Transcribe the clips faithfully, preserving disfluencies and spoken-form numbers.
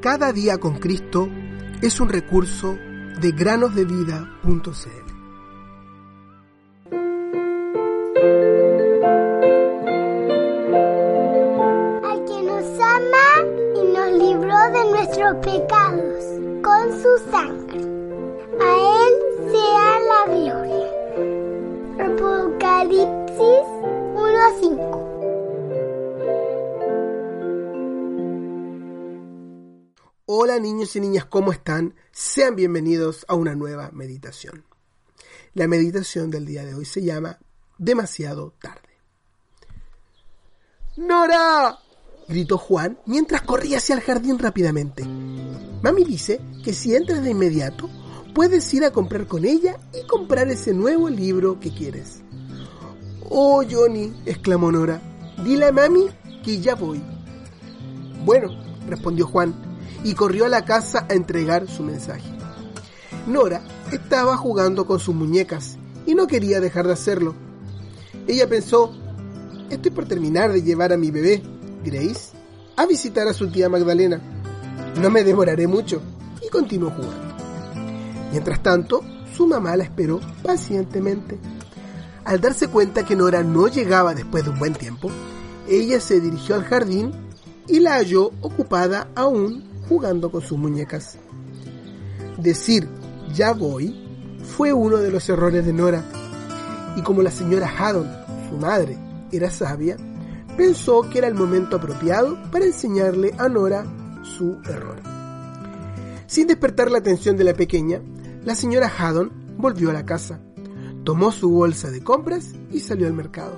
Cada día con Cristo es un recurso de granos de vida punto c l. Al que nos ama y nos libró de nuestros pecados con su sangre, a Él sea la gloria. Apocalipsis uno a cinco. Hola niños y niñas, ¿cómo están? Sean bienvenidos a una nueva meditación. La meditación del día de hoy se llama Demasiado tarde. ¡Nora!, gritó Juan mientras corría hacia el jardín rápidamente. Mami dice que si entras de inmediato, puedes ir a comprar con ella y comprar ese nuevo libro que quieres. ¡Oh, Johnny!, exclamó Nora. Dile a mami que ya voy. Bueno, respondió Juan, y corrió a la casa a entregar su mensaje. Nora estaba jugando con sus muñecas y no quería dejar de hacerlo. Ella pensó: estoy por terminar de llevar a mi bebé, Grace, a visitar a su tía Magdalena. No me demoraré mucho, y continuó jugando. Mientras tanto, su mamá la esperó pacientemente. Al darse cuenta que Nora no llegaba después de un buen tiempo, ella se dirigió al jardín y la halló ocupada aún jugando con sus muñecas. Decir «ya voy» fue uno de los errores de Nora, y como la señora Haddon, su madre, era sabia, pensó que era el momento apropiado para enseñarle a Nora su error. Sin despertar la atención de la pequeña, la señora Haddon volvió a la casa, tomó su bolsa de compras y salió al mercado.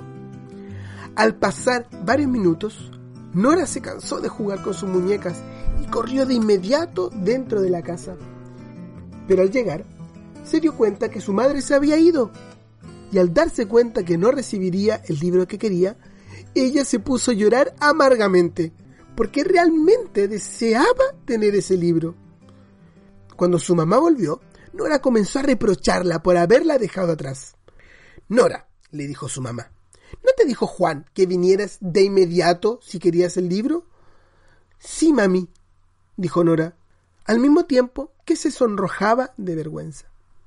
Al pasar varios minutos, Nora se cansó de jugar con sus muñecas y corrió de inmediato dentro de la casa. Pero al llegar, se dio cuenta que su madre se había ido, y al darse cuenta que no recibiría el libro que quería, ella se puso a llorar amargamente, porque realmente deseaba tener ese libro. Cuando su mamá volvió, Nora comenzó a reprocharla por haberla dejado atrás. «Nora», le dijo su mamá, ¿no te dijo Juan que vinieras de inmediato si querías el libro? Sí, mami, dijo Nora, al mismo tiempo que se sonrojaba de vergüenza.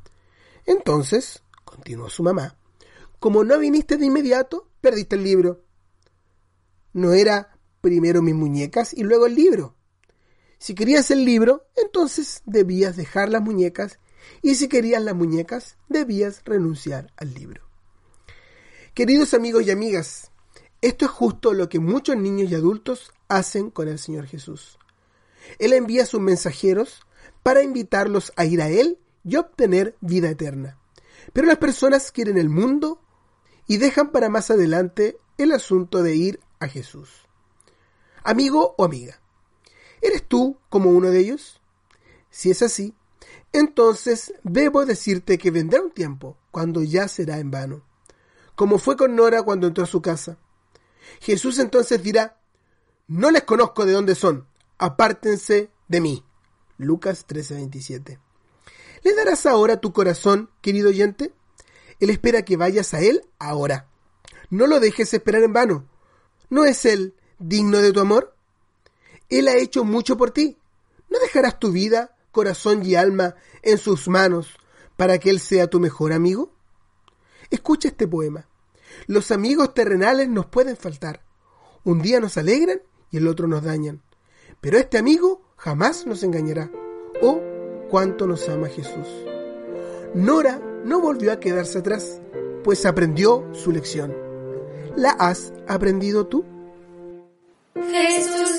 Entonces, continuó su mamá, como no viniste de inmediato, perdiste el libro. No era primero mis muñecas y luego el libro. Si querías el libro, entonces debías dejar las muñecas, y si querías las muñecas, debías renunciar al libro. Queridos amigos y amigas, esto es justo lo que muchos niños y adultos hacen con el Señor Jesús. Él envía a sus mensajeros para invitarlos a ir a Él y obtener vida eterna. Pero las personas quieren el mundo y dejan para más adelante el asunto de ir a Jesús. Amigo o amiga, ¿eres tú como uno de ellos? Si es así, entonces debo decirte que vendrá un tiempo cuando ya será en vano, como fue con Nora cuando entró a su casa. Jesús entonces dirá: no les conozco de dónde son, apártense de mí. Lucas trece veintisiete. ¿Le darás ahora tu corazón, querido oyente? Él espera que vayas a Él ahora. No lo dejes esperar en vano. ¿No es Él digno de tu amor? Él ha hecho mucho por ti. ¿No dejarás tu vida, corazón y alma en sus manos para que Él sea tu mejor amigo? Escucha este poema. Los amigos terrenales nos pueden faltar. Un día nos alegran y el otro nos dañan. Pero este amigo jamás nos engañará. Oh, cuánto nos ama Jesús. Nora no volvió a quedarse atrás, pues aprendió su lección. ¿La has aprendido tú? Jesús